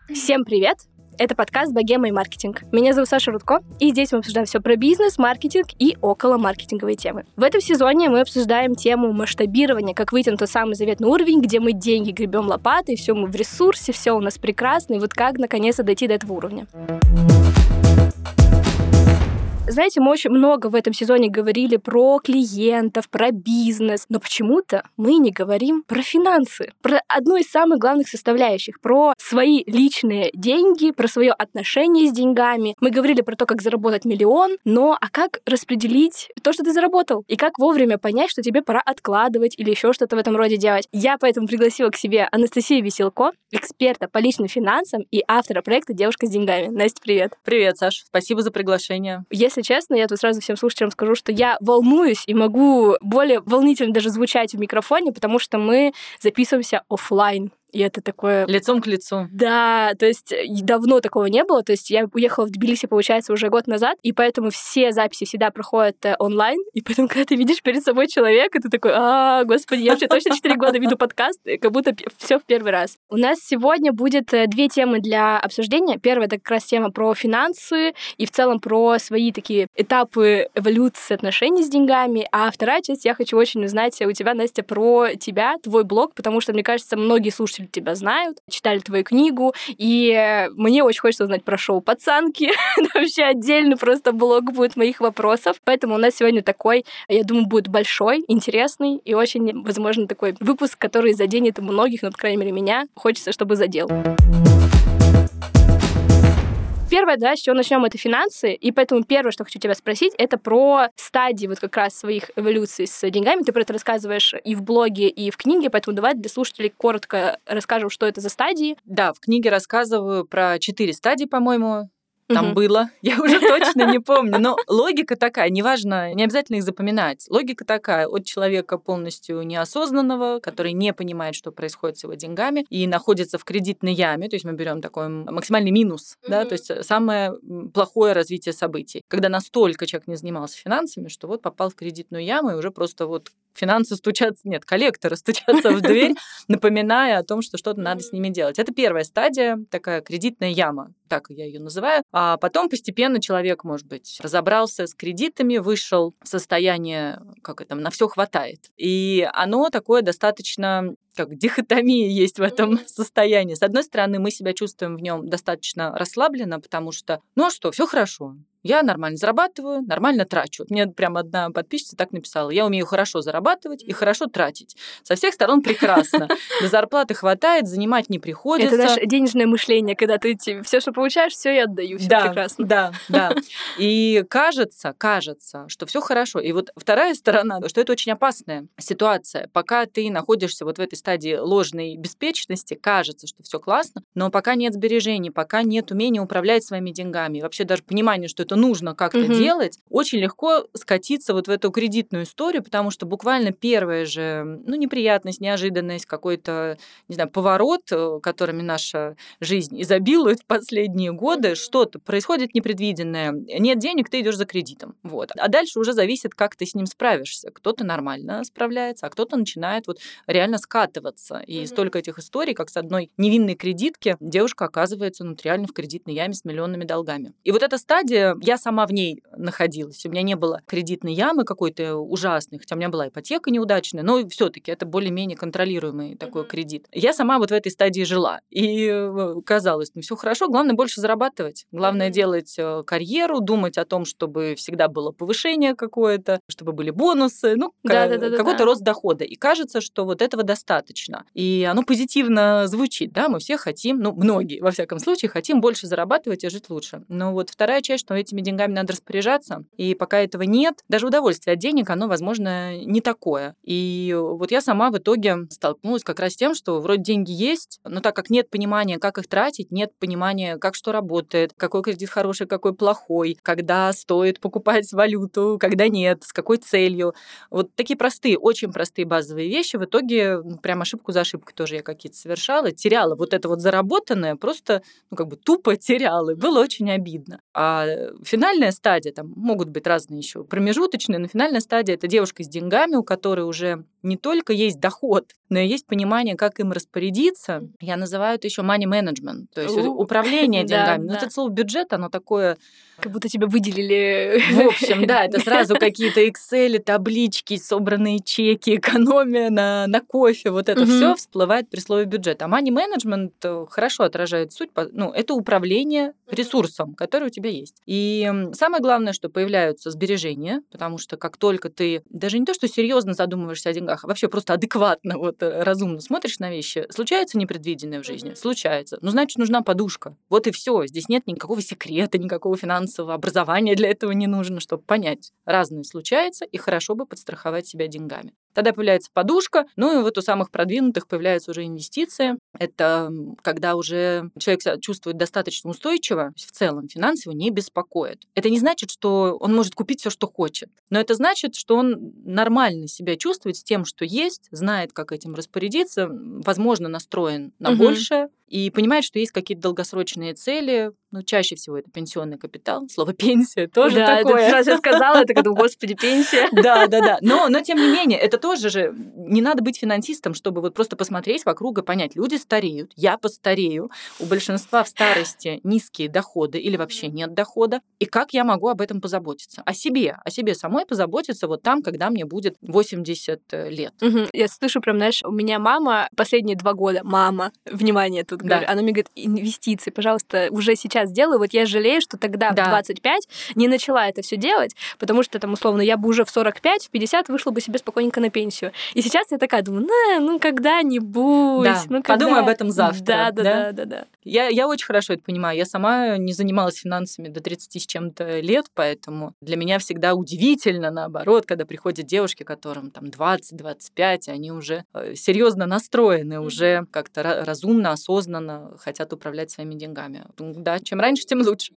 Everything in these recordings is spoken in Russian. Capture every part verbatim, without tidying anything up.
Всем привет! Это подкаст «Богема и маркетинг». Меня зовут Саша Рудко, и здесь мы обсуждаем все про бизнес, маркетинг и около маркетинговые темы. В этом сезоне мы обсуждаем тему масштабирования, как выйти на тот самый заветный уровень, где мы деньги гребем лопатой, все мы в ресурсе, все у нас прекрасно, и вот как наконец-то дойти до этого уровня. Знаете, мы очень много в этом сезоне говорили про клиентов, про бизнес, но почему-то мы не говорим про финансы, про одну из самых главных составляющих, про свои личные деньги, про свое отношение с деньгами. Мы говорили про то, как заработать миллион, но а как распределить то, что ты заработал, и как вовремя понять, что тебе пора откладывать или еще что-то в этом роде делать. Я поэтому пригласила к себе Анастасию Веселко, эксперта по личным финансам и автора проекта «Девушка с деньгами». Настя, привет. Привет, Саш. Спасибо за приглашение. Если честно, я тут сразу всем слушателям скажу, что я волнуюсь и могу более волнительно даже звучать в микрофоне, потому что мы записываемся офлайн. И это такое... Лицом к лицу. Да, то есть давно такого не было. То есть я уехала в Тбилиси, получается, уже год назад, и поэтому все записи всегда проходят онлайн. И поэтому, когда ты видишь перед собой человека, ты такой, а, господи, я вообще точно четыре года веду подкаст, как будто все в первый раз. У нас сегодня будет две темы для обсуждения. Первая — это как раз тема про финансы и в целом про свои такие этапы эволюции отношений с деньгами. А вторая часть — я хочу очень узнать у тебя, Настя, про тебя, твой блог, потому что, мне кажется, многие слушатели тебя знают, читали твою книгу, и мне очень хочется узнать про шоу «Пацанки». Вообще отдельный просто блог будет моих вопросов. Поэтому у нас сегодня такой, я думаю, будет большой, интересный и очень, возможно, такой выпуск, который заденет многих, ну, по крайней мере, меня. Хочется, чтобы задел. Первое, да, с чего начнем, это финансы, и поэтому первое, что хочу тебя спросить, это про стадии вот как раз своих эволюций с деньгами. Ты про это рассказываешь и в блоге, и в книге, поэтому давай для слушателей коротко расскажем, что это за стадии. Да, в книге рассказываю про четыре стадии, по-моему. Там угу. было, я уже точно не помню, но логика такая, неважно, не обязательно их запоминать. Логика такая, от человека полностью неосознанного, который не понимает, что происходит с его деньгами, и находится в кредитной яме, то есть мы берем такой максимальный минус, угу. да, то есть самое плохое развитие событий, когда настолько человек не занимался финансами, что вот попал в кредитную яму, и уже просто вот финансы стучатся, нет, коллекторы стучатся в дверь, напоминая о том, что что-то надо с ними делать. Это первая стадия, такая кредитная яма, так я ее называю. А потом постепенно человек, может быть, разобрался с кредитами, вышел в состояние, как это, на все хватает. И оно такое достаточно, как дихотомия есть в этом состоянии. С одной стороны, мы себя чувствуем в нем достаточно расслабленно, потому что, ну а что, все хорошо. Я нормально зарабатываю, нормально трачу. Мне прям одна подписчица так написала. Я умею хорошо зарабатывать и хорошо тратить. Со всех сторон прекрасно. До зарплаты хватает, занимать не приходится. Это наше денежное мышление, когда ты все, что получаешь, все я отдаю. Все да, прекрасно. Да, да. И кажется, кажется, что все хорошо. И вот вторая сторона, что это очень опасная ситуация. Пока ты находишься вот в этой стадии ложной беспечности, кажется, что все классно, но пока нет сбережений, пока нет умения управлять своими деньгами, вообще даже понимания, что это нужно как-то угу. делать, очень легко скатиться вот в эту кредитную историю, потому что буквально первая же, ну, неприятность, неожиданность, какой-то, не знаю, поворот, которыми наша жизнь изобилует в последние годы, что-то происходит непредвиденное. Нет денег, ты идешь за кредитом. Вот. А дальше уже зависит, как ты с ним справишься. Кто-то нормально справляется, а кто-то начинает вот реально скатываться. И mm-hmm. столько этих историй, как с одной невинной кредитки девушка оказывается ну, реально в кредитной яме с миллионными долгами. И вот эта стадия, я сама в ней находилась. У меня не было кредитной ямы какой-то ужасной, хотя у меня была ипотека неудачная, но все-таки это более-менее контролируемый такой mm-hmm. кредит. Я сама вот в этой стадии жила. И казалось, ну все хорошо, главное больше зарабатывать. Главное mm-hmm. делать карьеру, думать о том, чтобы всегда было повышение какое-то, чтобы были бонусы, ну, да, да, да, какой-то да. рост дохода. И кажется, что вот этого достаточно. И оно позитивно звучит, да, мы все хотим, ну, многие, во всяком случае, хотим больше зарабатывать и жить лучше. Но вот вторая часть, что этими деньгами надо распоряжаться, и пока этого нет, даже удовольствие от денег, оно, возможно, не такое. И вот я сама в итоге столкнулась как раз с тем, что вроде деньги есть, но так как нет понимания, как их тратить, нет понимания, как что работает, какой кредит хороший, какой плохой, когда стоит покупать валюту, когда нет, с какой целью. Вот такие простые, очень простые базовые вещи. В итоге прям ошибку за ошибкой тоже я какие-то совершала, теряла вот это вот заработанное, просто ну, как бы тупо теряла. И было очень обидно. А финальная стадия, там могут быть разные еще промежуточные, но финальная стадия — это девушка с деньгами, у которой уже не только есть доход, но и есть понимание, как им распорядиться. Я называю это еще money management, то есть У, управление да, деньгами. Но да. это слово бюджет, оно такое... Как будто тебя выделили. В общем, да, это сразу какие-то Excel, таблички, собранные чеки, экономия на, на кофе. Вот это Мгм. все всплывает при слове бюджет. А money management хорошо отражает суть. по- Ну, это управление ресурсом, который у тебя есть. И м, самое главное, что появляются сбережения, потому что как только ты даже не то, что серьезно задумываешься о деньгах, а вообще просто адекватно, вот э, разумно смотришь на вещи, случается непредвиденное в жизни? Мгм. Случается. Ну, значит, нужна подушка. Вот и все. Здесь нет никакого секрета, никакого финансового образования для этого не нужно, чтобы понять. Разное случается, и хорошо бы подстраховать себя деньгами. Тогда появляется подушка, ну и вот у самых продвинутых появляются уже инвестиции. Это м, когда уже человек себя чувствует достаточно устойчиво, то есть в целом финансы его не беспокоят. Это не значит, что он может купить все, что хочет, но это значит, что он нормально себя чувствует с тем, что есть, знает, как этим распорядиться, м, возможно, настроен на Мгм. большее и понимает, что есть какие-то долгосрочные цели. Ну, чаще всего это пенсионный капитал. Слово «пенсия» тоже Да, это такое. сразу я сказала, это когда, господи, пенсия. Да, да, да. Но, но тем не менее, это тоже же не надо быть финансистом, чтобы вот просто посмотреть вокруг и понять, люди стареют, я постарею, у большинства в старости низкие доходы или вообще нет дохода, и как я могу об этом позаботиться? О себе, о себе самой позаботиться вот там, когда мне будет восемьдесят лет. Мгм. Я слышу прям, знаешь, у меня мама последние два года, мама, внимание тут Да. говорю, она мне говорит, инвестиции, пожалуйста, уже сейчас делаю. Вот я жалею, что тогда в Да. двадцать пять не начала это все делать, потому что там, условно, я бы уже в сорок пять, в пятьдесят вышла бы себе спокойненько на пенсию. И сейчас я такая думаю, на, ну когда-нибудь. Да, ну, подумай когда... об этом завтра, Да, да, да? да, да, да. Я, я очень хорошо это понимаю. Я сама не занималась финансами до тридцати с чем-то лет, поэтому для меня всегда удивительно, наоборот, когда приходят девушки, которым там двадцать-двадцать пять, и они уже серьезно настроены, Мгм. уже как-то ра- разумно, осознанно хотят управлять своими деньгами. Ну да, чем раньше, тем лучше.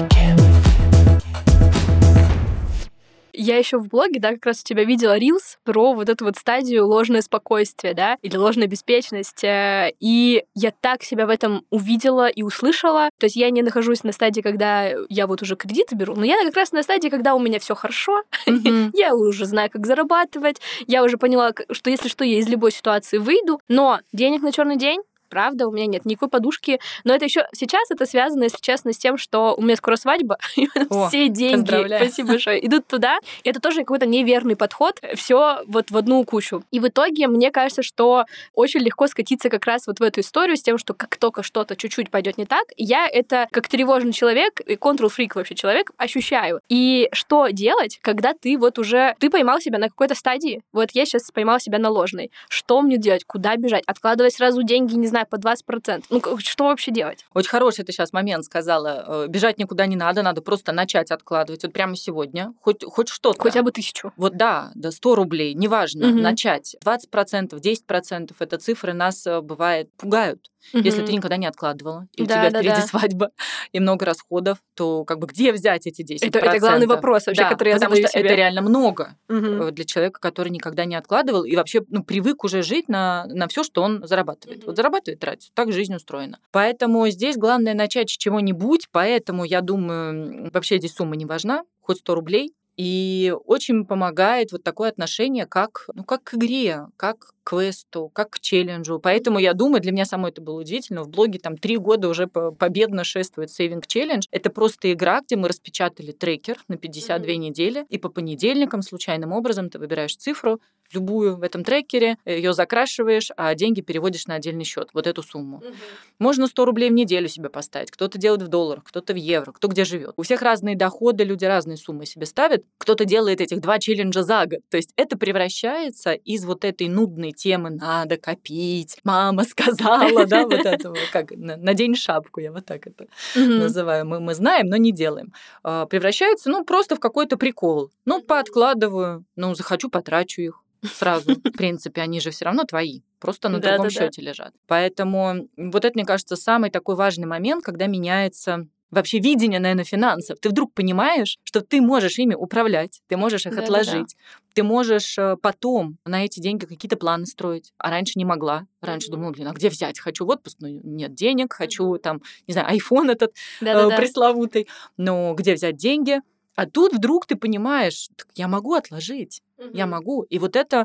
Я еще в блоге, да, как раз у тебя видела рилс про вот эту вот стадию ложное спокойствие, да, или ложная беспечность. э, И я так себя в этом увидела и услышала. То есть я не нахожусь на стадии, когда я вот уже кредиты беру, но я как раз на стадии, когда у меня все хорошо, Мгм. я уже знаю, как зарабатывать, я уже поняла, к- что если что, я из любой ситуации выйду, но денег на черный день, правда, у меня нет никакой подушки. Но это еще сейчас это связано, если честно, с тем, что у меня скоро свадьба, и О, все деньги, поздравляю. спасибо большое, идут туда. И это тоже какой-то неверный подход, все вот в одну кучу. И в итоге мне кажется, что очень легко скатиться как раз вот в эту историю с тем, что как только что-то чуть-чуть пойдет не так, я это как тревожный человек, и control-freak вообще человек, ощущаю. И что делать, когда ты вот уже, ты поймал себя на какой-то стадии, вот я сейчас поймал себя на ложной. Что мне делать? Куда бежать? Откладывать сразу деньги, не знаю, по двадцать процентов. Ну, к- что вообще делать? Очень хороший ты сейчас момент сказала. Э, Бежать никуда не надо, надо просто начать откладывать. Вот прямо сегодня. Хоть, хоть что-то. Хотя бы тысячу. Вот да, да, сто рублей, неважно, Мгм. начать. двадцать процентов, десять процентов это цифры нас, э, бывает, пугают. Если ты никогда не откладывала, и у Да, тебя да, впереди да. свадьба, и много расходов, то как бы где взять эти десять Это, процентов? это главный вопрос вообще, Да, который я потому задаю что себе. это реально много Мгм. э, для человека, который никогда не откладывал и вообще ну, привык уже жить на, на все, что он зарабатывает. Мгм. Вот зарабатывает, тратит. Так жизнь устроена. Поэтому здесь главное начать с чего-нибудь. Поэтому я думаю, м, вообще здесь сумма не важна, хоть сто рублей. И очень помогает вот такое отношение, как, ну, как к игре, как к квесту, как к челленджу. Поэтому я думаю, для меня самой это было удивительно. В блоге там три года уже по- победно шествует Saving Challenge. Это просто игра, где мы распечатали трекер на пятьдесят две Мгм. недели, и по понедельникам случайным образом ты выбираешь цифру, любую в этом трекере, ее закрашиваешь, а деньги переводишь на отдельный счет, вот эту сумму. Мгм. Можно сто рублей в неделю себе поставить. Кто-то делает в долларах, кто-то в евро, кто где живет. У всех разные доходы, люди разные суммы себе ставят. Кто-то делает этих два челленджа за год. То есть это превращается из вот этой нудной темы «надо копить», «мама сказала», да, вот этого, как на- «надень шапку», я вот так это Мгм. называю. Мы, мы знаем, но не делаем. А, Превращается, ну, просто в какой-то прикол. Ну, пооткладываю, ну, захочу, потрачу их сразу. В принципе, они же все равно твои, просто на другом Да-да-да. счете лежат. Поэтому вот это, мне кажется, самый такой важный момент, когда меняется вообще видение, наверное, финансов. Ты вдруг понимаешь, что ты можешь ими управлять, ты можешь их Да-да-да. отложить, ты можешь э, потом на эти деньги какие-то планы строить. А раньше не могла. Раньше Мгм. думала, блин, а где взять? Хочу в отпуск, но нет денег, хочу там, не знаю, айфон этот э, Да-да-да. пресловутый, но где взять деньги? А тут вдруг ты понимаешь, так я могу отложить, я Мгм. могу. И вот это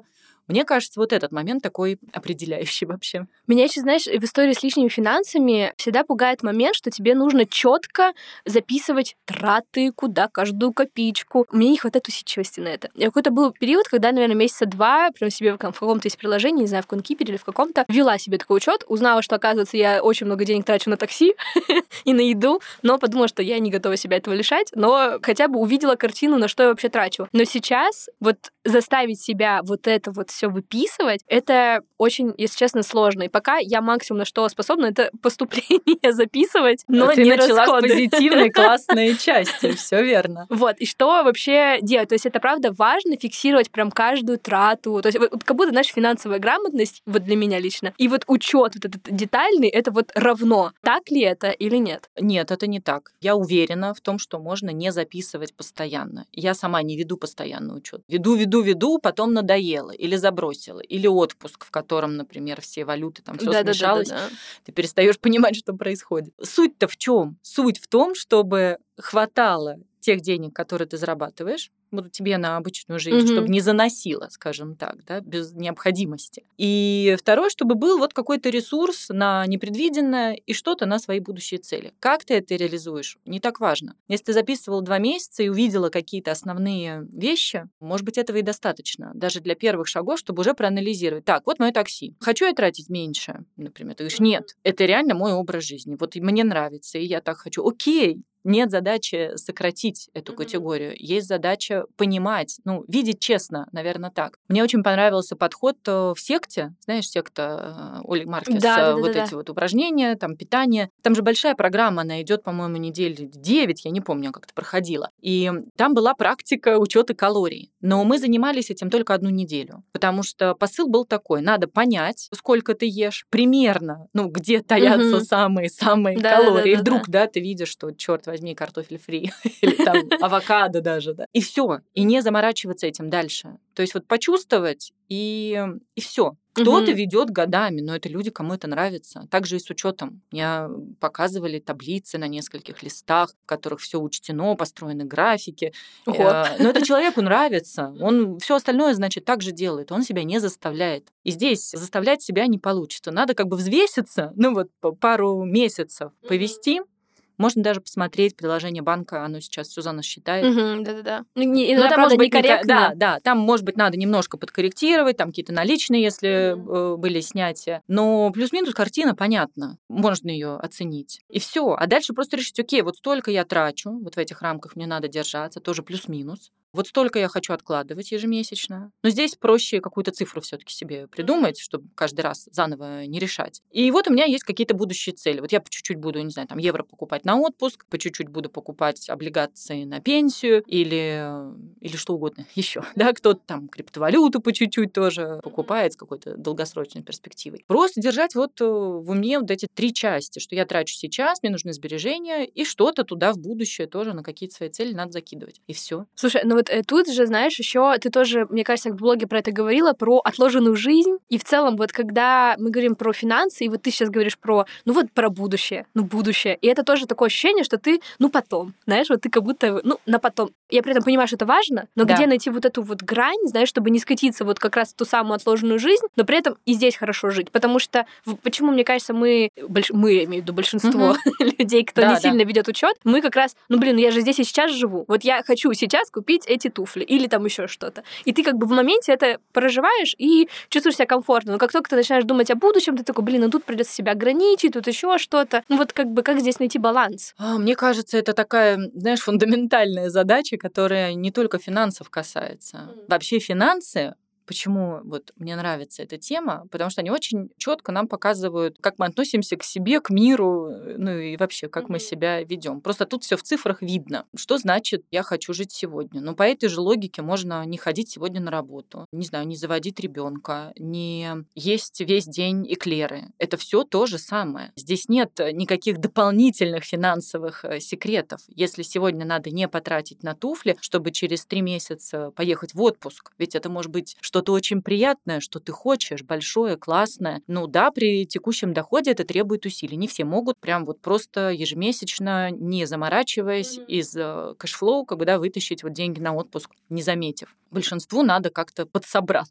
Мне кажется, вот этот момент такой определяющий вообще. Меня еще, знаешь, в истории с личными финансами всегда пугает момент, что тебе нужно четко записывать траты, куда каждую копеечку. Мне не хватает усидчивости на это. И какой-то был период, когда, наверное, месяца два прям себе в каком-то из приложений, не знаю, в Конкипере или в каком-то, ввела себе такой учет, узнала, что, оказывается, я очень много денег трачу на такси и на еду, но подумала, что я не готова себя этого лишать, но хотя бы увидела картину, на что я вообще трачу. Но сейчас вот заставить себя вот это вот все выписывать, это очень, если честно, сложно. И пока я максимум на что способна, это поступление записывать, но Ты не начала расходы. с позитивной, классной части, все верно. Вот, и что вообще делать? То есть это, правда, важно фиксировать прям каждую трату. То есть вот, как будто, знаешь, финансовая грамотность, вот для меня лично, и вот учет вот этот детальный, это вот равно. Так ли это или нет? Нет, это не так. Я уверена в том, что можно не записывать постоянно. Я сама не веду постоянный учет. Веду, веду, веду, потом надоело или забросила, или отпуск, в котором, например, все валюты, там все смешалось. Да-да-да-да-да. Ты перестаешь понимать, что происходит. Суть-то в чем? Суть в том, чтобы хватало тех денег, которые ты зарабатываешь, вот тебе на обычную жизнь, Мгм. чтобы не заносило, скажем так, да, без необходимости. И второе, чтобы был вот какой-то ресурс на непредвиденное и что-то на свои будущие цели. Как ты это реализуешь, не так важно. Если ты записывала два месяца и увидела какие-то основные вещи, может быть, этого и достаточно, даже для первых шагов, чтобы уже проанализировать. Так, вот мое такси. Хочу я тратить меньше, например? Ты говоришь, нет, это реально мой образ жизни. Вот и мне нравится, и я так хочу. Окей, нет задачи сократить эту Мгм. категорию. Есть задача понимать, ну, видеть честно, наверное, так. Мне очень понравился подход э, в секте. Знаешь, секта э, Оли Маркес, Да, э, да, да, вот да, эти да. вот упражнения, там, питание. Там же большая программа, она идет, по-моему, недели девять, я не помню, как это проходило. И там была практика учета калорий. Но мы занимались этим только одну неделю, потому что посыл был такой: надо понять, сколько ты ешь, примерно, ну, где таятся Мгм. самые-самые Да, да, да, калории. И да, да. вдруг, да, ты видишь, что, черт возьми, картофель фри или там авокадо даже, да. И все, и не заморачиваться этим дальше. То есть вот почувствовать и, и все. Кто-то Мгм. ведет годами, но это люди, кому это нравится. Также и с учетом. Мне показывали таблицы на нескольких листах, в которых все учтено, построены графики. Ого. Э, Но это человеку нравится. Он все остальное, значит, так же делает. Он себя не заставляет. И здесь заставлять себя не получится. Надо как бы взвеситься, ну вот по- пару месяцев повести. Можно даже посмотреть приложение банка, оно сейчас все за нас считает. Мгм. Да-да-да. Ну, не- Ну, иногда, там, правда, может быть, не ко- да, некорректно. да, там, может быть, надо немножко подкорректировать, там какие-то наличные, если Мгм. э, были снятия. Но плюс-минус картина понятна, можно ее оценить. И все. А дальше просто решить, окей, вот столько я трачу, вот в этих рамках мне надо держаться, тоже плюс-минус. Вот столько я хочу откладывать ежемесячно. Но здесь проще какую-то цифру все-таки себе придумать, чтобы каждый раз заново не решать. И вот у меня есть какие-то будущие цели. Вот я по чуть-чуть буду, не знаю, там, евро покупать на отпуск, по чуть-чуть буду покупать облигации на пенсию или, или что угодно еще. Да, кто-то там криптовалюту по чуть-чуть тоже покупает с какой-то долгосрочной перспективой. Просто держать вот э, в уме вот эти три части, что я трачу сейчас, мне нужны сбережения, и что-то туда в будущее тоже на какие-то свои цели надо закидывать. И все. Слушай, ну вот э, тут же, знаешь, еще ты тоже, мне кажется, в блоге про это говорила, про отложенную жизнь. И в целом, вот когда мы говорим про финансы, и вот ты сейчас говоришь про, ну вот про будущее, ну будущее. И это тоже такое ощущение, что ты, ну потом, знаешь, вот ты как будто, ну на потом. Я при этом понимаю, что это важно, но Да. где найти вот эту вот грань, знаешь, чтобы не скатиться вот как раз в ту самую отложенную жизнь, но при этом и здесь хорошо жить. Потому что в- почему, мне кажется, мы, больш... мы, я имею в виду большинство людей, кто Да, не да. сильно ведет учет, мы как раз, ну блин, я же здесь и сейчас живу. Вот я хочу сейчас купить эти туфли или там еще что-то. И ты как бы в моменте это проживаешь и чувствуешь себя комфортно. Но как только ты начинаешь думать о будущем, ты такой, блин, ну тут придется себя ограничить, тут еще что-то. Ну вот как бы как здесь найти баланс? А, Мне кажется, это такая, знаешь, фундаментальная задача, которая не только финансов касается. Мгм. Вообще финансы. Почему вот мне нравится эта тема? Потому что они очень четко нам показывают, как мы относимся к себе, к миру, э, ну и вообще, как мы Мгм. себя ведем. Просто тут все в цифрах видно. Что значит я хочу жить сегодня? Ну, по этой же логике можно не ходить сегодня на работу, не знаю, не заводить ребенка, не есть весь день эклеры. Это все то же самое. Здесь нет никаких дополнительных финансовых э, секретов. Если сегодня надо не потратить на туфли, чтобы через три месяца поехать в отпуск, ведь это может быть что-то очень приятное, что ты хочешь, большое, классное. Ну да, при текущем доходе это требует усилий. Не все могут прям вот просто ежемесячно, не заморачиваясь, Мгм. из э, кэшфлоу, когда вытащить вот деньги на отпуск, не заметив. Большинству надо как-то подсобраться.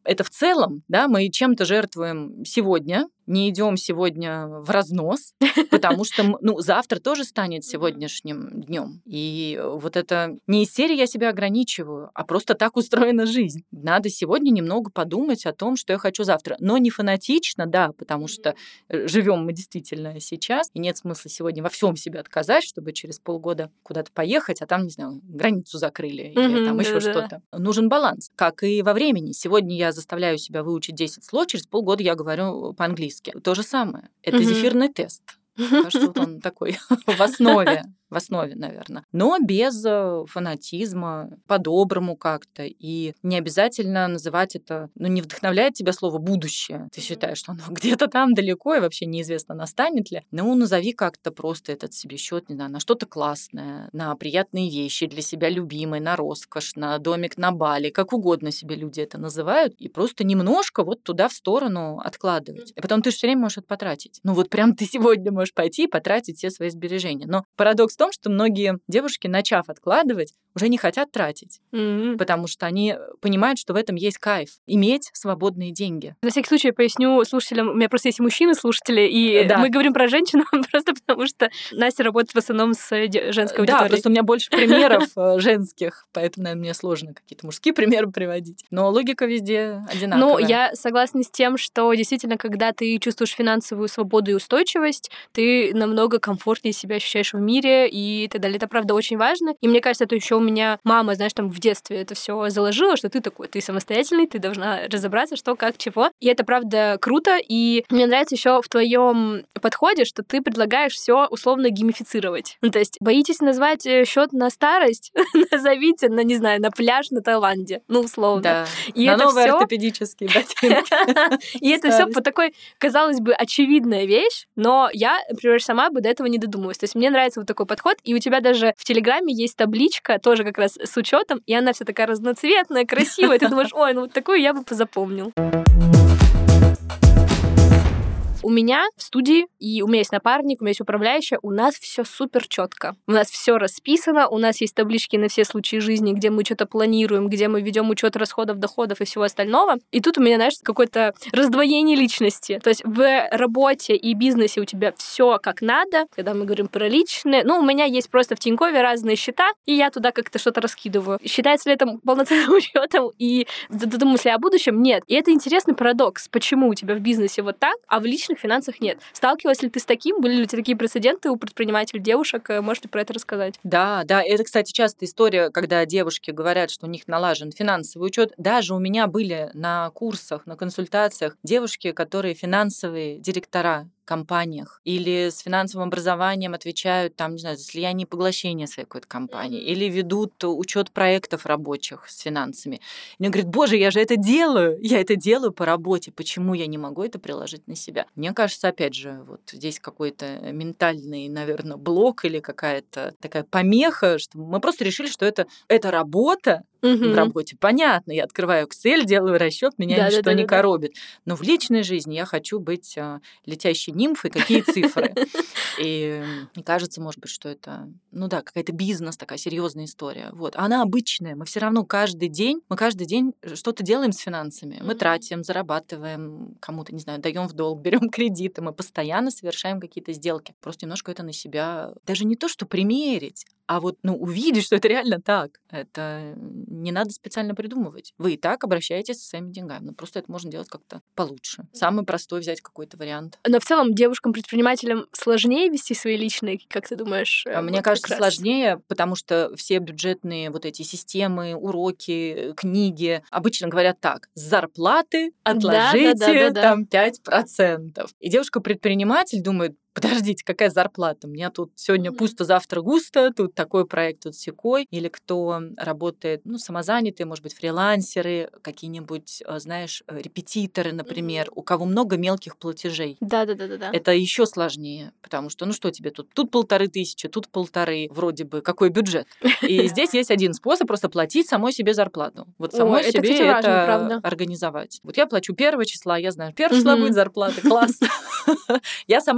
это в целом, да, мы чем-то жертвуем сегодня, не идем сегодня в разнос, потому что, ну, завтра тоже станет сегодняшним днем. И вот это не из серии я себя ограничиваю, а просто так устроена жизнь. Надо сегодня немного подумать о том, что я хочу завтра. Но не фанатично, да, потому что живем мы действительно сейчас, и нет смысла сегодня во всем себе отказать, чтобы через полгода куда-то поехать, а там, не знаю, границу закрыли или mm-hmm, там еще что-то. Нужен баланс, как и во времени. Сегодня я заставляю себя выучить десять слов, через полгода я говорю по-английски. То же самое. Это mm-hmm. зефирный тест. Кажется, вот он такой в основе, в основе, наверное. Но без фанатизма, по-доброму как-то. И не обязательно называть это... Ну, не вдохновляет тебя слово «будущее». Ты считаешь, что оно где-то там далеко, и вообще неизвестно, настанет ли. Ну, назови как-то просто этот себе счет, не знаю, на что-то классное, на приятные вещи, для себя любимые, на роскошь, на домик на Бали. Как угодно себе люди это называют. И просто немножко вот туда в сторону откладывать. И потом ты же все время можешь это потратить. Ну, вот прям ты сегодня можешь пойти и потратить все свои сбережения. Но парадокс в том, что многие девушки, начав откладывать, уже не хотят тратить, mm-hmm. потому что они понимают, что в этом есть кайф. Иметь свободные деньги. На всякий случай поясню слушателям, у меня просто есть мужчины-слушатели, и да. мы говорим про женщину просто потому, что Настя работает в основном с женской аудиторией. Да, просто у меня больше примеров женских, поэтому, наверное, мне сложно какие-то мужские примеры приводить. Но логика везде одинаковая. Ну, я согласна с тем, что действительно, когда ты чувствуешь финансовую свободу и устойчивость, ты намного комфортнее себя ощущаешь в мире и так далее. Это, правда, очень важно. И мне кажется, это еще у меня мама, знаешь, там в детстве это все заложила, что ты такой, ты самостоятельный, ты должна разобраться, что, как, чего. И это, правда, круто. И мне нравится еще в твоем подходе, что ты предлагаешь все условно геймифицировать. Ну, то есть, боитесь назвать счет на старость? Назовите, на, не знаю, на пляж на Таиланде. Ну, условно. Да. И на новые всё... ортопедические ботинки. И это все по такой, казалось бы, очевидная вещь, но я, например, сама бы до этого не додумалась. То есть мне нравится вот такой подход, и у тебя даже в Телеграме есть табличка, тоже как раз с учетом, и она вся такая разноцветная, красивая. Ты думаешь, ой, ну вот такую я бы позапомнил. У меня в студии, и у меня есть напарник, у меня есть управляющая, у нас все супер четко. У нас все расписано, у нас есть таблички на все случаи жизни, где мы что-то планируем, где мы ведем учет расходов, доходов и всего остального. И тут у меня, знаешь, какое-то раздвоение личности. То есть в работе и бизнесе у тебя все как надо, когда мы говорим про личное. Ну, у меня есть просто в Тинькове разные счета, и я туда как-то что-то раскидываю. Считается ли это полноценным учетом и задумываюсь ли о будущем? Нет. И это интересный парадокс. Почему у тебя в бизнесе вот так, а в личных финансах нет. Сталкивалась ли ты с таким? Были ли у тебя такие прецеденты у предпринимателей девушек? Можете про это рассказать? Да, да. Это, кстати, частая история, когда девушки говорят, что у них налажен финансовый учет. Даже у меня были на курсах, на консультациях девушки, которые финансовые директора в компаниях или с финансовым образованием отвечают там, не знаю, за слияние и поглощение своей какой-то компании, mm-hmm. или ведут учет проектов рабочих с финансами. И они говорят, боже, я же это делаю, я это делаю по работе, почему я не могу это приложить на себя? Мне кажется, опять же, вот здесь какой-то ментальный, наверное, блок или какая-то такая помеха, что мы просто решили, что это, это работа, mm-hmm. в работе. Понятно, я открываю Excel, делаю расчет, меня да, ничто да, да, не да, коробит. Но в личной жизни я хочу быть а, летящей нимфой, какие цифры. И мне кажется, может быть, что это, ну да, какая-то бизнес, такая серьезная история. Вот. Она обычная. Мы все равно каждый день, мы каждый день что-то делаем с финансами. Мы тратим, зарабатываем, кому-то, не знаю, даем в долг, берем кредиты. Мы постоянно совершаем какие-то сделки. Просто немножко это на себя, даже не то, что примерить, а вот, ну, увидеть, что это реально так. Это не надо специально придумывать. Вы и так обращаетесь со своими деньгами. Но просто это можно делать как-то получше. Самый простой взять какой-то вариант. Но в целом девушкам-предпринимателям сложнее вести свои личные, как ты думаешь? Мне вот кажется, сложнее, потому что все бюджетные вот эти системы, уроки, книги обычно говорят так. С зарплаты отложите да, да, да, да, да. там пять процентов. И девушка-предприниматель думает, подождите, какая зарплата? У меня тут сегодня mm-hmm. пусто, завтра густо, тут такой проект, тут сякой. Или кто работает, ну, самозанятые, может быть, фрилансеры, какие-нибудь, знаешь, репетиторы, например, mm-hmm. у кого много мелких платежей. Да-да-да. Это еще сложнее, потому что, ну, что тебе тут? Тут полторы тысячи, тут полторы, вроде бы, какой бюджет? И здесь есть один способ просто платить самой себе зарплату. Вот самой Ой, себе это, важно, это правда. организовать. Вот я плачу первого числа, я знаю, первого числа будет зарплата, класс. Я сама могу ее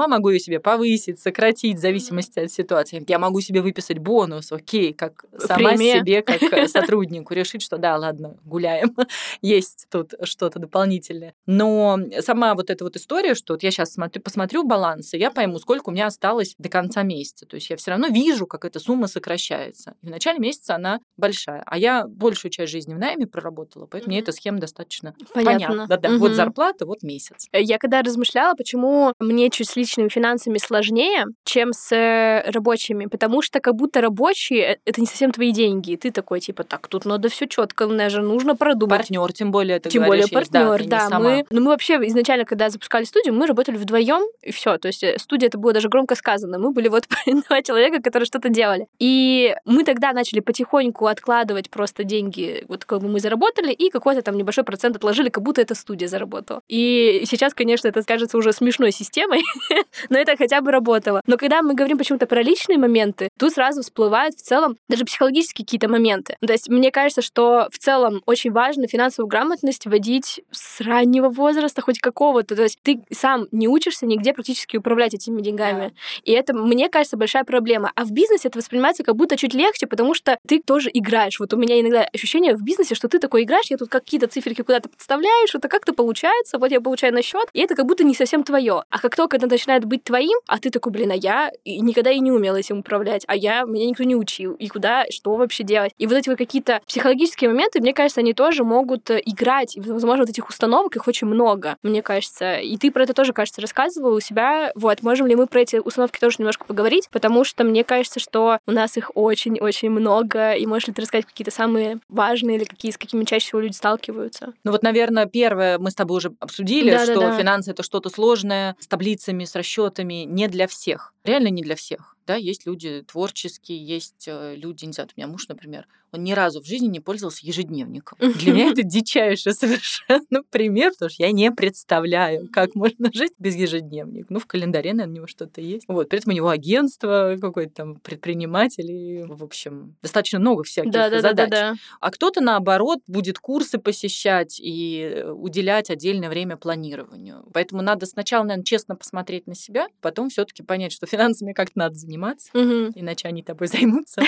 себе повысить, сократить в зависимости от ситуации. Я могу себе выписать бонус, окей, как сама Премия. себе, как сотруднику решить, что да, ладно, гуляем, есть тут что-то дополнительное. Но сама вот эта вот история, что вот я сейчас смотрю, посмотрю баланс, и я пойму, сколько у меня осталось до конца месяца. То есть я все равно вижу, как эта сумма сокращается. И в начале месяца она большая. А я большую часть жизни в найме проработала, поэтому мне эта схема достаточно Понятно. понятна. Да-да, Мгм. вот зарплата, вот месяц. Я когда размышляла, почему мне чуть с личными финансами сложнее, чем с э, рабочими, потому что как будто рабочие э, это не совсем твои деньги, и ты такой типа, так, тут надо все четко, мне же нужно продумать. Партнер, тем более, ты Тем говоришь, более есть, да, партнер, ты не да. сама. Мы, ну мы вообще изначально, когда запускали студию, мы работали вдвоем и все. То есть э, студия это было даже громко сказано. Мы были вот два человека, которые что-то делали. И мы тогда начали потихоньку откладывать просто деньги, вот как бы мы заработали, и какой-то там небольшой процент отложили, как будто эта студия заработала. И сейчас, конечно, это кажется уже смешной системой, но это хотя бы работало. Но когда мы говорим почему-то про личные моменты, тут сразу всплывают в целом даже психологические какие-то моменты. То есть мне кажется, что в целом очень важно финансовую грамотность вводить с раннего возраста, хоть какого-то. То есть ты сам не учишься нигде практически управлять этими деньгами. Да. И это, мне кажется, большая проблема. А в бизнесе это воспринимается как будто чуть легче, потому что ты тоже играешь. Вот у меня иногда ощущение в бизнесе, что ты такой играешь, я тут какие-то циферки куда-то подставляю, что-то как-то получается, вот я получаю на счет, и это как будто не совсем твое. А как только это начинает быть твоим, а ты такой, блин, а я никогда и не умела этим управлять, а я, меня никто не учил, и куда, что вообще делать. И вот эти вот какие-то психологические моменты, мне кажется, они тоже могут играть, и, возможно, вот этих установок, их очень много, мне кажется. И ты про это тоже, кажется, рассказывала у себя. Вот, можем ли мы про эти установки тоже немножко поговорить, потому что мне кажется, что у нас их очень-очень много, и можешь ли ты рассказать какие-то самые важные или какие, с какими чаще всего люди сталкиваются? Ну вот, наверное, первое мы с тобой уже обсудили, Да, что да, да. финансы — это что-то сложное, с таблицами, с расчетами, не для всех. Реально не для всех. Да, есть люди творческие, есть люди, не знаю, у меня муж, например, он ни разу в жизни не пользовался ежедневником. Для меня это дичайший совершенно пример, потому что я не представляю, как можно жить без ежедневника. Ну, в календаре, наверное, у него что-то есть. Вот, при этом у него агентство, какой-то там предприниматель, и, в общем, достаточно много всяких да, да, задач. Да, да, да. А кто-то, наоборот, будет курсы посещать и уделять отдельное время планированию. Поэтому надо сначала, наверное, честно посмотреть на себя, потом все таки понять, что финансами как-то надо заниматься, Угу. иначе они тобой займутся.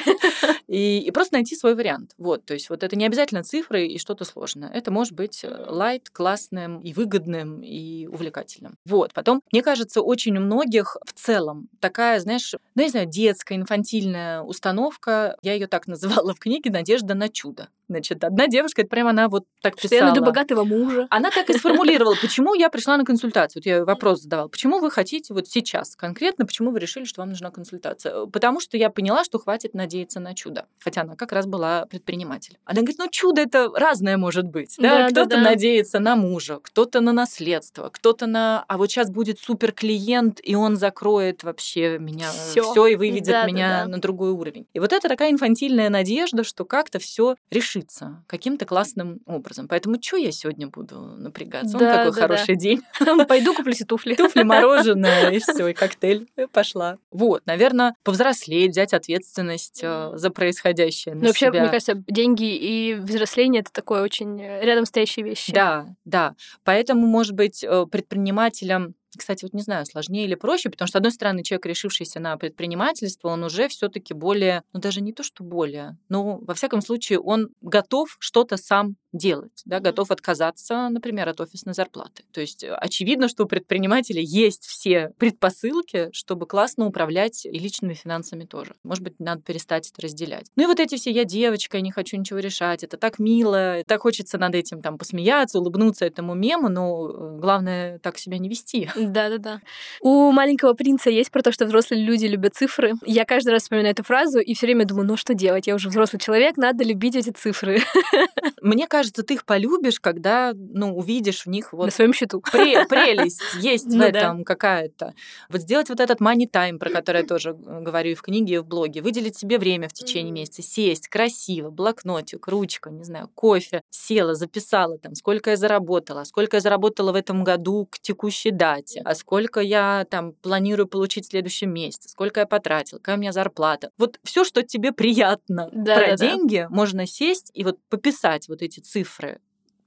И, и просто найти свой вариант. Вот, то есть вот это не обязательно цифры и что-то сложное. Это может быть лайт, классным и выгодным, и увлекательным. Вот, потом, мне кажется, очень у многих в целом такая, знаешь, ну, я не знаю, детская, инфантильная установка, я ее так называла в книге «Надежда на чудо». Значит, одна девушка, это прямо она вот так писала. Что я найду богатого мужа. Она так и сформулировала, почему я пришла на консультацию. Вот я вопрос задавала, почему вы хотите вот сейчас конкретно, почему вы решили, что вам нужна консультация? Потому что я поняла, что хватит надеяться на чудо. Хотя она как раз была предприниматель. Она говорит, ну чудо это разное может быть. Да? Да, Кто-то да, да. надеется на мужа, кто-то на наследство, кто-то на... А вот сейчас будет супер клиент, и он закроет вообще меня все и выведет Да, меня да, да. на другой уровень. И вот это такая инфантильная надежда, что как-то все решится каким-то классным образом. Поэтому что я сегодня буду напрягаться? Он Да, какой да, хороший да. день. Пойду куплю себе туфли. Туфли, мороженое, и все, и коктейль. И пошла. Вот, наверное, повзрослеть, взять ответственность э, за происходящее на Ну, вообще, себя. мне кажется, деньги и взросление — это такое очень рядом стоящие вещи. Да, да. Поэтому, может быть, э, предпринимателям, кстати, вот не знаю, сложнее или проще, потому что, с одной стороны, человек, решившийся на предпринимательство, он уже все-таки более, ну даже не то, что более, но во всяком случае он готов что-то сам делать, да, готов отказаться, например, от офисной зарплаты. То есть очевидно, что у предпринимателя есть все предпосылки, чтобы классно управлять и личными финансами тоже. Может быть, надо перестать это разделять. Ну и вот эти все «я девочка, я не хочу ничего решать», это так мило, так хочется над этим там посмеяться, улыбнуться этому мему, но главное так себя не вести. Да-да-да. У «Маленького принца» есть про то, что взрослые люди любят цифры. Я каждый раз вспоминаю эту фразу и все время думаю, ну что делать? Я уже взрослый человек, надо любить эти цифры. Мне кажется, ты их полюбишь, когда, ну, увидишь в них вот... На своем счету. Пре- прелесть есть в Ну этом какая-то. Вот сделать вот этот money time, про который я тоже говорю и в книге, и в блоге. Выделить себе время в течение месяца. Сесть красиво, блокнотик, ручка, не знаю, кофе. Села, записала там, сколько я заработала, сколько я заработала в этом году к текущей дате, а сколько я там планирую получить в следующем месяце, сколько я потратила, какая у меня зарплата. Вот все, что тебе приятно Да, про да, да. деньги, можно сесть и вот пописать вот эти цифры.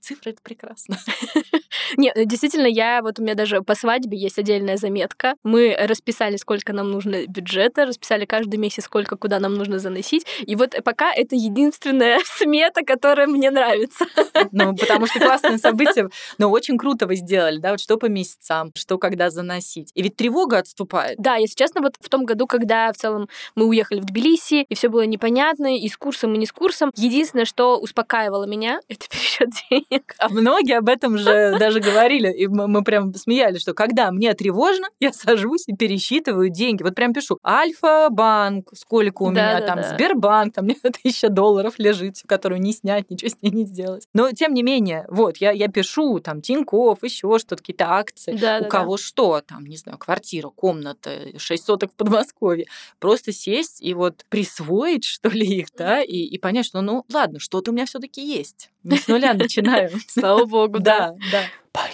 цифры — это прекрасно. Нет, действительно, я вот у меня даже по свадьбе есть отдельная заметка. Мы расписали, сколько нам нужно бюджета, расписали каждый месяц, сколько куда нам нужно заносить. И вот пока это единственная смета, которая мне нравится. Ну, потому что классное событие, но очень круто вы сделали, да, вот что по месяцам, что когда заносить. И ведь тревога отступает. Да, если честно, вот в том году, когда в целом мы уехали в Тбилиси, и все было непонятно, и с курсом, и не с курсом, единственное, что успокаивало меня, это пересчет денег. А многие об этом же даже говорили, и мы, мы прям смеялись, что когда мне тревожно, я сажусь и пересчитываю деньги. Вот прям пишу: Альфа-банк, сколько у Да, меня да, там, да. Сбербанк, там мне тысяча долларов лежит, которую не снять, ничего с ней не сделать. Но тем не менее, вот, я, я пишу, там, Тинькофф, еще что-то, какие-то акции, Да, у да, кого что, там, не знаю, квартира, комната, шесть соток в Подмосковье. Просто сесть и вот присвоить, что ли, их, да, и, и понять, что, ну, ладно, что-то у меня все таки есть. Не с нуля начинаю. Слава богу, да. Да, да.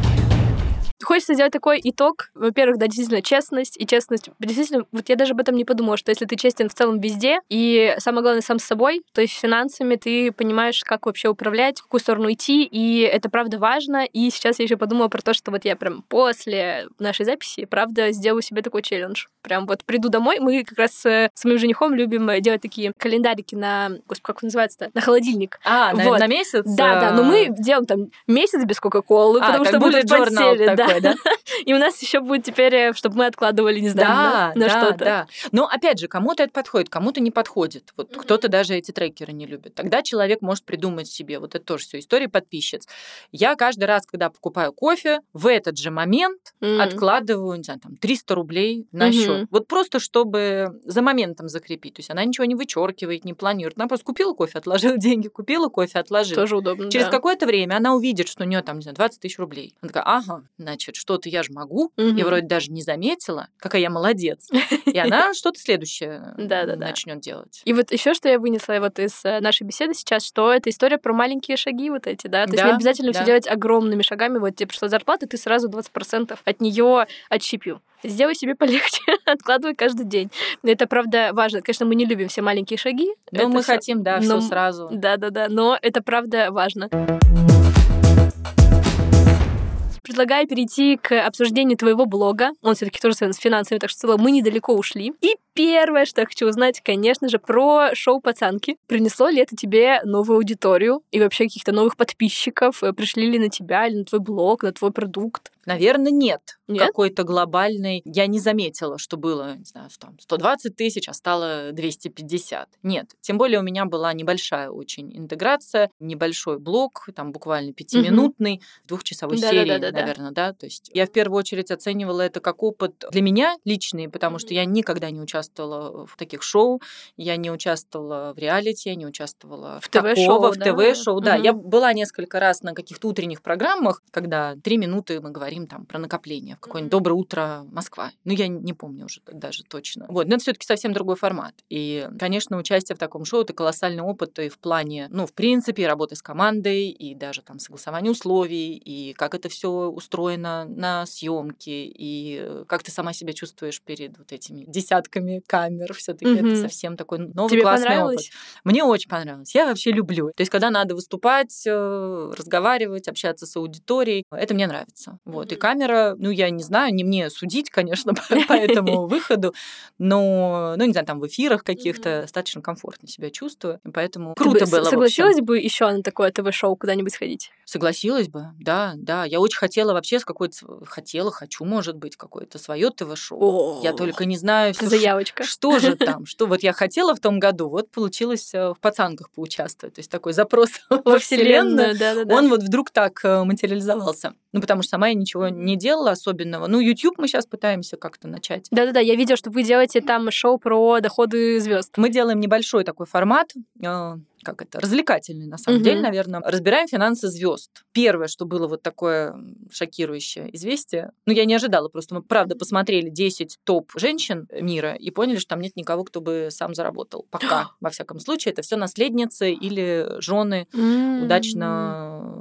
Хочется сделать такой итог. Во-первых, да, действительно, честность. И честность, действительно, вот я даже об этом не подумала, что если ты честен в целом везде, и самое главное, сам с собой, то есть финансами, ты понимаешь, как вообще управлять, в какую сторону идти, и это правда важно. И сейчас я еще подумала про то, что вот я прям после нашей записи, правда, сделаю себе такой челлендж. Прям вот приду домой, мы как раз с моим женихом любим делать такие календарики на, господи, как он называется-то? На холодильник. А, на, вот. на месяц? Да, да, но мы делаем там месяц без Кока-Колы, а, потому как что мы bullet тут journal подсели, да. такой, да? И у нас еще будет теперь, чтобы мы откладывали, не знаю, Да, на, на да, что-то. да. Но опять же, кому-то это подходит, кому-то не подходит. Вот mm-hmm. кто-то даже эти трекеры не любит. Тогда человек может придумать себе, вот это тоже все история подписчиц. Я каждый раз, когда покупаю кофе, в этот же момент mm-hmm. откладываю, не знаю, там триста рублей на mm-hmm. счет. Вот просто чтобы за моментом закрепить. То есть она ничего не вычеркивает, не планирует. Она просто купила кофе, отложила деньги, купила кофе, отложила. Тоже удобно. Через да. какое-то время она увидит, что у нее там, не знаю, двадцать тысяч рублей. Она такая: ага, значит, что-то я же могу. Mm-hmm. Я вроде даже не заметила, какая я молодец. И она что-то следующее начнет делать. И вот еще что я вынесла вот из нашей беседы сейчас, что это история про маленькие шаги вот эти, да. То есть не обязательно все делать огромными шагами. Вот тебе пришла зарплата, ты сразу двадцать процентов от нее отщипил. Сделай себе полегче, откладывай каждый день. Это правда важно. Конечно, мы не любим все маленькие шаги. Но мы хотим, да, все сразу. Да, да, да. Но это правда важно. Предлагаю перейти к обсуждению твоего блога. Он все-таки тоже связан с финансами, так что в целом мы недалеко ушли. И первое, что я хочу узнать, конечно же, про шоу «Пацанки». Принесло ли это тебе новую аудиторию и вообще каких-то новых подписчиков? Пришли ли на тебя или на твой блог, на твой продукт? Наверное, нет. Нет? Какой-то глобальной. Я не заметила, что было, не знаю, там сто двадцать тысяч, а стало двести пятьдесят. Нет. Тем более у меня была небольшая очень интеграция, небольшой блог, там буквально пятиминутный, в двухчасовой да, серии, да, да, да, наверное, да. То есть я в первую очередь оценивала это как опыт для меня личный, потому что я никогда не участвовала в таких шоу, я не участвовала в реалити, я не участвовала в, в такого, в ТВ-шоу. Да, да. Я была несколько раз на каких-то утренних программах, когда три минуты мы говорим там про накопление в какое-нибудь «Доброе утро, Москва». Ну, я не помню уже даже точно. Вот, но это все-таки совсем другой формат. И, конечно, участие в таком шоу — это колоссальный опыт и в плане, ну, в принципе, работы с командой, и даже там согласования условий, и как это все устроено на съемке, и как ты сама себя чувствуешь перед вот этими десятками камер. Все-таки mm-hmm. это совсем такой новый Тебе классный опыт. Мне очень понравилось. Я вообще люблю. То есть, когда надо выступать, разговаривать, общаться с аудиторией, это мне нравится. Вот. И камера, ну, я не знаю, не мне судить, конечно, по, по этому выходу, но, ну, не знаю, там в эфирах каких-то mm-hmm. достаточно комфортно себя чувствую, поэтому Ты круто бы было. Согласилась бы еще на такое ТВ-шоу куда-нибудь сходить? Согласилась бы, да, да. Я очень хотела вообще с какой-то... Хотела, хочу, может быть, какое-то свое ТВ-шоу. О, я только не знаю... Заявочка. Что же там? Что вот я хотела в том году, вот получилось в «Пацанках» поучаствовать. То есть такой запрос во Вселенную, да-да-да. Он вот вдруг так материализовался. Ну, потому что сама я ничего не делала особенного. Ну, YouTube мы сейчас пытаемся как-то начать. Да-да-да, я видела, что вы делаете там шоу про доходы звезд. Мы делаем небольшой такой формат, как это, развлекательный, на самом uh-huh. деле, наверное. Разбираем финансы звезд. Первое, что было вот такое шокирующее известие, ну, я не ожидала, просто мы, правда, посмотрели десять топ-женщин мира и поняли, что там нет никого, кто бы сам заработал. Пока, во всяком случае, это все наследницы или жены mm-hmm. удачно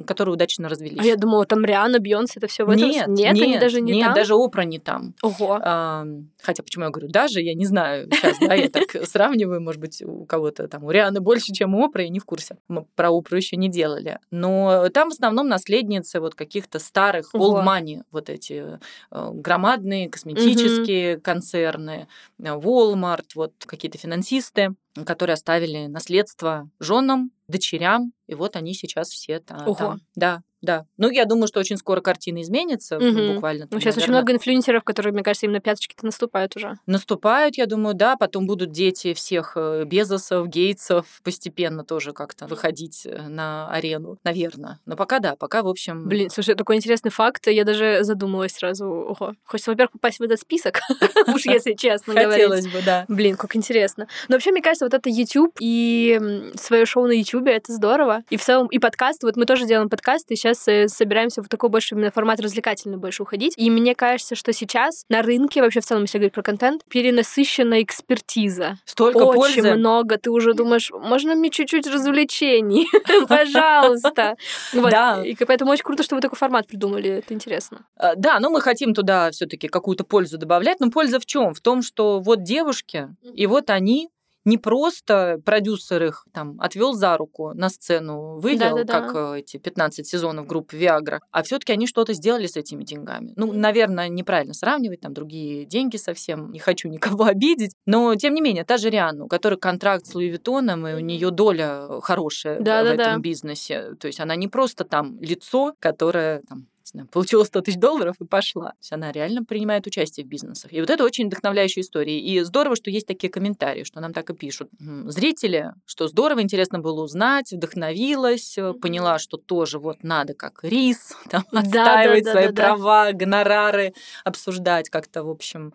которые удачно развелись. А я думала, там Риhanna, Бейонсе, это все в этом? Нет, нет, нет, они даже не нет, там? даже Опра не там. Ого. А, хотя, почему я говорю даже, я не знаю. Сейчас, да, я так сравниваю, может быть, у кого-то там, у Риhanны больше, чем у Опры, я не в курсе. Мы про Опру еще не делали. Но там в основном наследницы вот каких-то старых old money, вот эти громадные косметические угу. концерны, Walmart, вот какие-то финансисты, которые оставили наследство женам, дочерям, и вот они сейчас все там. там. Да, да. Ну, я думаю, что очень скоро картина изменится, угу. буквально. Ну, сейчас наверное... очень много инфлюенсеров, которые, мне кажется, им на пяточки-то наступают уже. Наступают, я думаю, да. Потом будут дети всех Безосов, Гейтсов постепенно тоже как-то выходить на арену, наверное. Но пока да, пока, в общем... Блин, слушай, такой интересный факт, я даже задумалась сразу. Ого. Хочется, во-первых, попасть в этот список, уж если честно говорить. Хотелось бы, да. Блин, как интересно. Но вообще, мне кажется, вот это YouTube и свое шоу на YouTube, это здорово. И в целом, и подкасты. Вот мы тоже делаем подкасты, и сейчас собираемся в такой больше именно формат развлекательный больше уходить. И мне кажется, что сейчас на рынке, вообще в целом, если говорить про контент, перенасыщена экспертиза. Столько Очень пользы. много. Ты уже думаешь, можно мне чуть-чуть развлечений? Пожалуйста. Да. И поэтому очень круто, что вы такой формат придумали. Это интересно. Да, но мы хотим туда все-таки какую-то пользу добавлять. Но польза в чем? В том, что вот девушки, и вот они не просто продюсер их там отвел за руку на сцену, вывел, Да-да-да. как эти пятнадцать сезонов группы Виагра, а все-таки они что-то сделали с этими деньгами. Ну, наверное, неправильно сравнивать, там другие деньги совсем, не хочу никого обидеть, но тем не менее, та же Рианна, у которой контракт с Луи Виттоном, и у нее доля хорошая Да-да-да. в этом бизнесе. То есть она не просто там лицо, которое там получила сто тысяч долларов и пошла. То есть она реально принимает участие в бизнесах. И вот это очень вдохновляющая история. И здорово, что есть такие комментарии, что нам так и пишут. Зрители, что здорово, интересно было узнать, вдохновилась, поняла, что тоже вот надо как рис, там, Да, отстаивать да, да, свои да, да. права, гонорары, обсуждать как-то, в общем...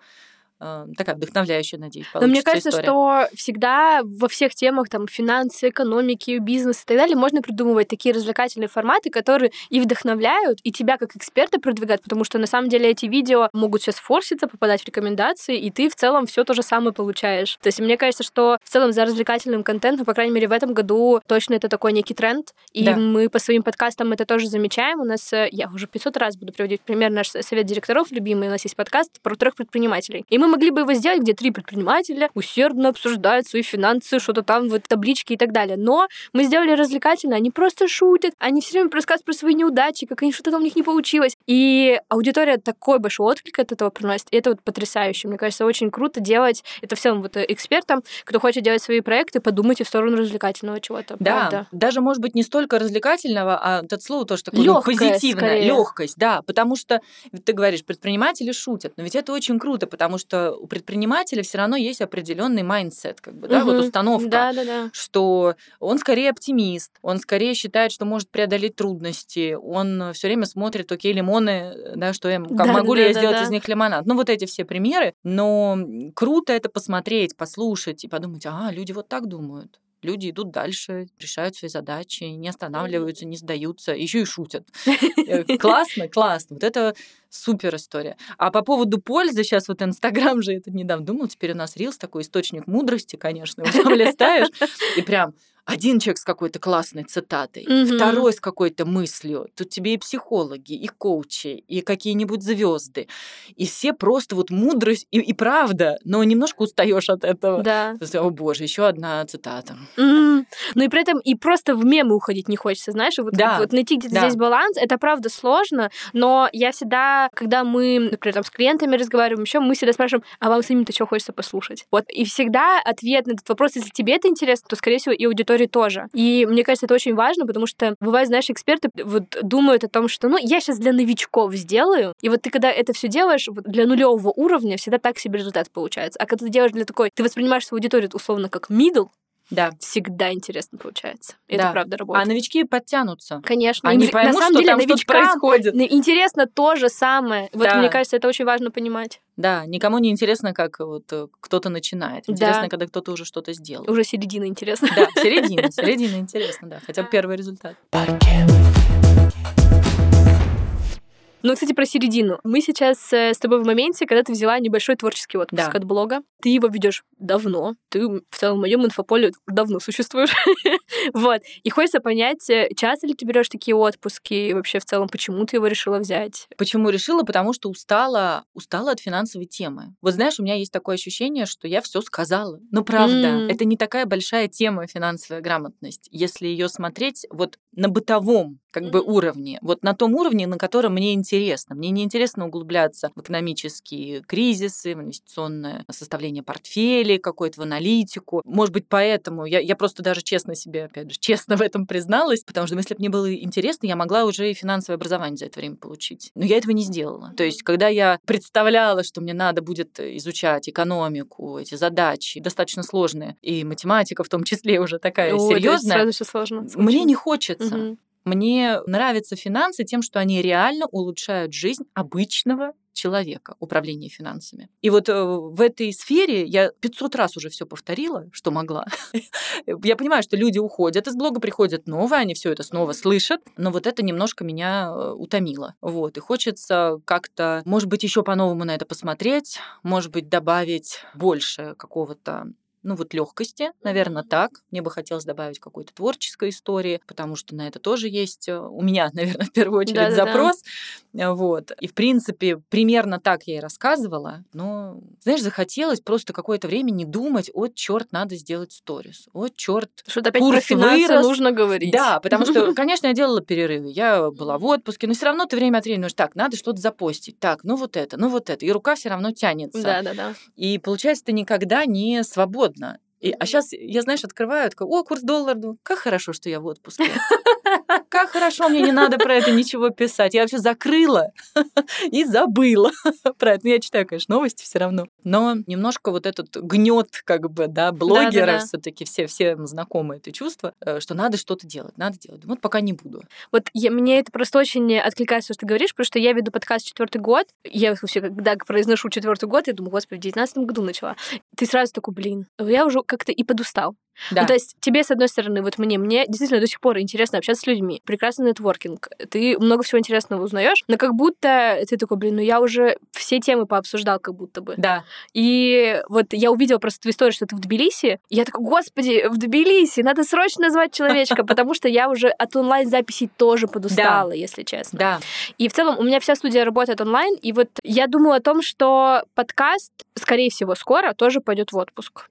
такая вдохновляющая, надеюсь, получится Но мне кажется, история. что всегда во всех темах, там, финансы, экономики, бизнес и так далее, можно придумывать такие развлекательные форматы, которые и вдохновляют, и тебя как эксперта продвигают, потому что на самом деле эти видео могут сейчас форситься, попадать в рекомендации, и ты в целом все то же самое получаешь. То есть мне кажется, что в целом за развлекательным контентом, по крайней мере, в этом году точно это такой некий тренд, и Да. мы по своим подкастам это тоже замечаем. У нас, я уже пятьсот раз буду приводить пример, наш совет директоров любимый, у нас есть подкаст про трех предпринимателей. И мы Мы могли бы его сделать, где три предпринимателя усердно обсуждают свои финансы, что-то там, вот таблички и так далее. Но мы сделали развлекательно, они просто шутят, они все время рассказывают про свои неудачи, как они что-то там у них не получилось. И аудитория такой большой отклик от этого приносит, и это вот потрясающе. Мне кажется, очень круто делать это всем вот экспертам, кто хочет делать свои проекты, подумайте в сторону развлекательного чего-то. Да, правда. даже, может быть, не столько развлекательного, а это слово тоже такое ну, Лёгкое, позитивное. скорее. Лёгкость, да. Потому что, ты говоришь, предприниматели шутят, но ведь это очень круто, потому что у предпринимателя все равно есть определенный майндсет, как бы, да, Угу. вот установка, Да, да, да. что он скорее оптимист, он скорее считает, что может преодолеть трудности, он все время смотрит, окей, лимоны, да, что я, как Да, могу да, ли я да, сделать да. из них лимонад. Ну, вот эти все примеры, но круто это посмотреть, послушать и подумать, а, люди вот так думают. Люди идут дальше, решают свои задачи, не останавливаются, не сдаются, еще и шутят. Классно, классно. Вот это супер история. А по поводу пользы, сейчас вот Инстаграм же, я тут недавно думала, теперь у нас Рилс такой источник мудрости, конечно. Вот там листаешь, и прям один человек с какой-то классной цитатой, Мгм. второй с какой-то мыслью. Тут тебе и психологи, и коучи, и какие-нибудь звезды. И все просто вот мудрость и, и правда, но немножко устаешь от этого. Да. О боже, еще одна цитата. М. Ну и при этом и просто в мемы уходить не хочется, знаешь, вот, Да, вот найти где-то да. здесь баланс, это правда сложно, но я всегда, когда мы, например, там, с клиентами разговариваем, еще мы всегда спрашиваем, а вам самим-то что хочется послушать? Вот, и всегда ответ на этот вопрос, если тебе это интересно, то, скорее всего, и аудитории тоже. И мне кажется, это очень важно, потому что бывает, знаешь, эксперты вот думают о том, что, ну, я сейчас для новичков сделаю, и вот ты, когда это все делаешь, вот для нулевого уровня, всегда так себе результат получается. А когда ты делаешь для такой, ты воспринимаешь свою аудиторию условно как middle, Да. всегда интересно получается. И Да. это правда работает. А новички подтянутся. Конечно. Они Им- поймут, на самом что деле, там что-то новичкам происходит. н- интересно то же самое. Вот Да. мне кажется, это очень важно понимать. Да, никому не интересно, как вот э, кто-то начинает. Интересно, Да. когда кто-то уже что-то сделал. Уже середина интересна. Да, середина, середина интересно, да, хотя бы первый результат. Ну, кстати, про середину. Мы сейчас э, с тобой в моменте, когда ты взяла небольшой творческий отпуск Да. от блога. Ты его ведешь давно. Ты в целом в моем инфополе давно существуешь. Вот. И хочется понять, э, часто ли ты берешь такие отпуски, и вообще в целом, почему ты его решила взять? Почему решила? Потому что устала, устала от финансовой темы. Вот знаешь, у меня есть такое ощущение, что я все сказала. Ну, правда, М. это не такая большая тема финансовая грамотность, если ее смотреть вот на бытовом как бы Мгм. уровне, вот на том уровне, на котором мне интересно. Мне не интересно углубляться в экономические кризисы, в инвестиционное составление портфелей, какую-то в аналитику. Может быть, поэтому я, я просто даже честно себе, опять же, честно в этом призналась, потому что если бы мне было интересно, я могла уже и финансовое образование за это время получить. Но я этого не сделала. То есть, когда я представляла, что мне надо будет изучать экономику, эти задачи достаточно сложные, и математика в том числе уже такая Ой, то есть серьезная, сразу всё сложно мне звучит. не хочется. Мгм. Мне нравятся финансы тем, что они реально улучшают жизнь обычного человека, управление финансами. И вот э, в этой сфере я пятьсот раз уже все повторила, что могла. Я понимаю, что люди уходят из блога, приходят новые, они все это снова слышат, но вот это немножко меня э, утомило. Вот. И хочется как-то, может быть, еще по-новому на это посмотреть, может быть, добавить больше какого-то ну вот легкости, наверное, так. Мне бы хотелось добавить какой-то творческой истории, потому что на это тоже есть э, у меня, наверное, в первую очередь Да-да-да. запрос. Э, Вот. И, в принципе, примерно так я и рассказывала, но, знаешь, захотелось просто какое-то время не думать, о, черт, надо сделать сторис, о, черт, Что-то опять про курс финансы вырос. нужно говорить. Да, потому что, конечно, я делала перерывы, я была в отпуске, но все равно ты время от времени думаешь, так, надо что-то запостить, так, ну вот это, ну вот это, и рука все равно тянется. Да-да-да. И получается, ты никогда не свободна. И, а сейчас я, знаешь, открываю, такая, о, курс доллара, думаю, как хорошо, что я в отпуске. Как хорошо, мне не надо про это ничего писать. Я вообще закрыла и забыла про это. Ну, я читаю, конечно, новости все равно. Но немножко вот этот гнет, как бы, да, блогеров, Да-да-да. все-таки все, всем знакомы это чувство, э, что надо что-то делать, надо делать. Вот пока не буду. Вот я, мне это просто очень откликается, что ты говоришь, потому что я веду подкаст четвертый год. Я вообще, когда произношу четвертый год, я думаю, господи, в девятнадцатом году начала. Ты сразу такой, блин, я уже как-то и подустал. Да. Ну, то есть тебе, с одной стороны, вот мне, мне действительно до сих пор интересно общаться с людьми. Прекрасный нетворкинг. Ты много всего интересного узнаешь, но как будто ты такой, блин, ну я уже все темы пообсуждал как будто бы. Да. И вот я увидела просто твою историю, что ты в Тбилиси. И я такой, господи, в Тбилиси, надо срочно звать человечка, потому что я уже от онлайн-записей тоже подустала, если честно. Да. И в целом у меня вся студия работает онлайн, и вот я думаю о том, что подкаст, скорее всего, скоро тоже пойдет в отпуск.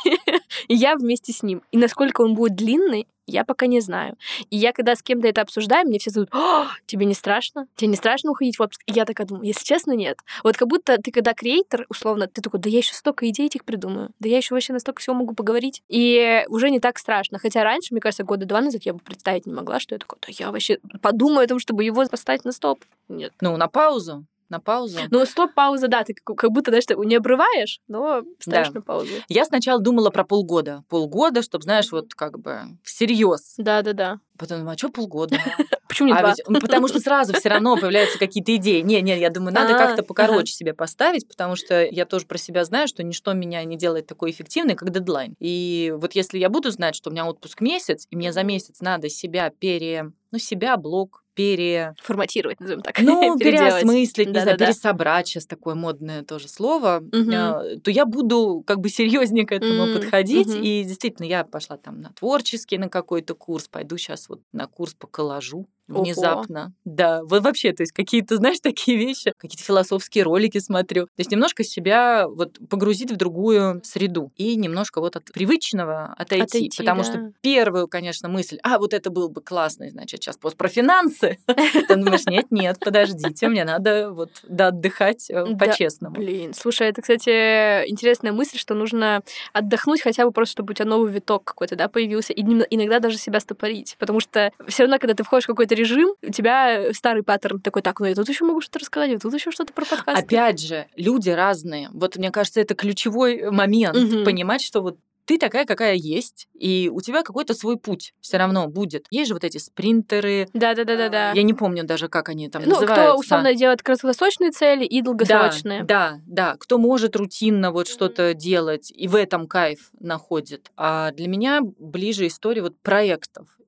И я вместе с ним. И насколько он будет длинный, я пока не знаю. И я, когда с кем-то это обсуждаю, мне все зовут, о, тебе не страшно? Тебе не страшно уходить в отпуск? И я такая думаю, если честно, нет. Вот как будто ты, когда креатор, условно, ты такой, да я еще столько идей этих придумаю, да я еще вообще настолько всего могу поговорить. И уже не так страшно. Хотя раньше, мне кажется, года два назад я бы представить не могла, что я такой, да я вообще подумаю о том, чтобы его поставить на стоп. Нет. Ну, на паузу. На паузу. Ну, стоп-пауза, да, ты как будто, знаешь, ты не обрываешь, но ставишь Да. на паузу. Я сначала думала про полгода. Полгода, чтобы, знаешь, вот как бы всерьез. Да-да-да. Потом думаю, а что полгода? Почему не А два? ведь, ну, потому что сразу все равно появляются какие-то идеи. Не, не, я думаю, надо А, как-то покороче ага. себе поставить, потому что я тоже про себя знаю, что ничто меня не делает такой эффективной, как дедлайн. И вот если я буду знать, что у меня отпуск месяц, и мне за месяц надо себя пере... Ну, себя, блог, пере... Форматировать, назовем так. Ну, Переделать. переосмыслить, не знаю, Да-да-да. пересобрать, сейчас такое модное тоже слово, Мгм. э, то я буду как бы серьезнее к этому М, подходить. мгм. И действительно, я пошла там на творческий, на какой-то курс, пойду сейчас вот на курс по коллажу Ого. внезапно. Да, вот вообще, то есть какие-то, знаешь, такие вещи, какие-то философские ролики смотрю. То есть немножко себя вот погрузить в другую среду и немножко вот от привычного отойти. Отойти, потому да. что первую, конечно, мысль, а вот это был бы классный, значит, сейчас пост про финансы. Ты думаешь, нет, нет, подождите, мне надо вот да, отдыхать э, Да, по-честному. Блин, слушай, это, кстати, интересная мысль, что нужно отдохнуть хотя бы просто, чтобы у тебя новый виток какой-то, да, появился, и нем- иногда даже себя стопорить, потому что все равно, когда ты входишь в какой-то режим, у тебя старый паттерн такой, так, ну я тут еще могу что-то рассказать, я тут еще что-то про подкаст. Опять же, люди разные. Вот мне кажется, это ключевой момент, Мгм. понимать, что вот ты такая, какая есть, и у тебя какой-то свой путь все равно будет. Есть же вот эти спринтеры. Да-да-да-да-да. Я не помню даже, как они там Ну, называются. кто условно делает краткосрочные цели и долгосрочные. Да, да, да. Кто может рутинно вот что-то делать и в этом кайф находит. А для меня ближе история вот проектов.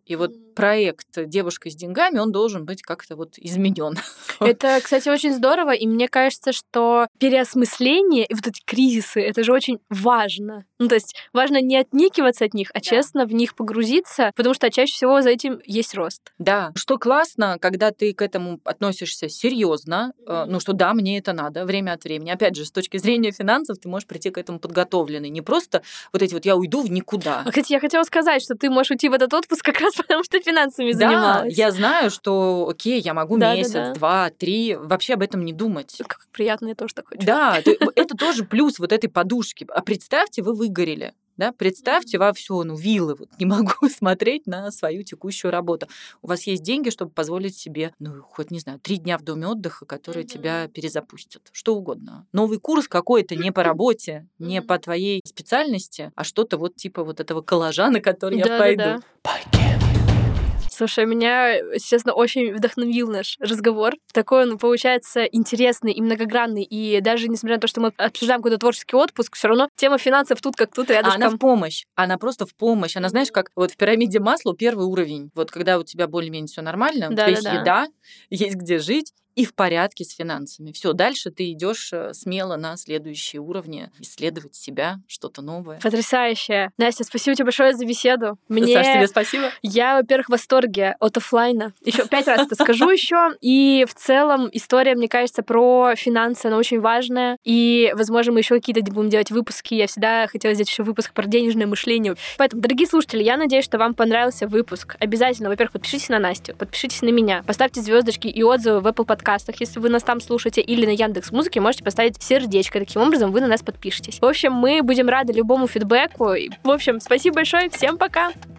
И вот проект «Девушка с деньгами», он должен быть как-то вот изменен. Это, кстати, очень здорово, и мне кажется, что переосмысление и вот эти кризисы, это же очень важно. Ну, то есть важно не отникиваться от них, а да. честно в них погрузиться, потому что чаще всего за этим есть рост. Да, что классно, когда ты к этому относишься серьезно, mm-hmm. ну, что да, мне это надо время от времени. Опять же, с точки зрения финансов, ты можешь прийти к этому подготовленный, не просто вот эти вот «я уйду в никуда». А, кстати, я хотела сказать, что ты можешь уйти в этот отпуск как раз потому, что финансами да, занималась. Я знаю, что окей, я могу да, месяц, да, да. два, три, вообще об этом не думать. Как приятно, я тоже так хочу. Да, это тоже плюс вот этой подушки. А представьте, вы выгорели. Да? Представьте, во все, ну, вилы, вот, не могу смотреть на свою текущую работу. У вас есть деньги, чтобы позволить себе, ну, хоть, не знаю, три дня в доме отдыха, которые mm-hmm. тебя перезапустят. Что угодно. Новый курс какой-то не по работе, mm-hmm. не по твоей специальности, а что-то вот типа вот этого коллажа, на который я пойду. Слушай, меня, честно, очень вдохновил наш разговор. Такой он, получается, интересный и многогранный. И даже несмотря на то, что мы обсуждаем какой-то творческий отпуск, все равно тема финансов тут как тут рядышком. А она в помощь. Она просто в помощь. Она, знаешь, как вот в пирамиде Маслоу первый уровень. Вот когда у тебя более-менее все нормально, да, у тебя да, есть да. еда, есть где жить, и в порядке с финансами. Все, дальше ты идешь смело на следующие уровни, исследовать себя, что-то новое. Потрясающе. Настя, спасибо тебе большое за беседу. Мне... Саш, тебе спасибо. Я, во-первых, в восторге от офлайна. Еще пять раз это скажу еще. И в целом история, мне кажется, про финансы, она очень важная. И, возможно, мы еще какие-то будем делать выпуски. Я всегда хотела сделать еще выпуск про денежное мышление. Поэтому, дорогие слушатели, я надеюсь, что вам понравился выпуск. Обязательно, во-первых, подпишитесь на Настю, подпишитесь на меня, поставьте звездочки и отзывы в Apple Podcast. Если вы нас там слушаете, или на Яндекс.Музыке, можете поставить сердечко. Таким образом, вы на нас подпишетесь. В общем, мы будем рады любому фидбэку. В общем, спасибо большое. Всем пока!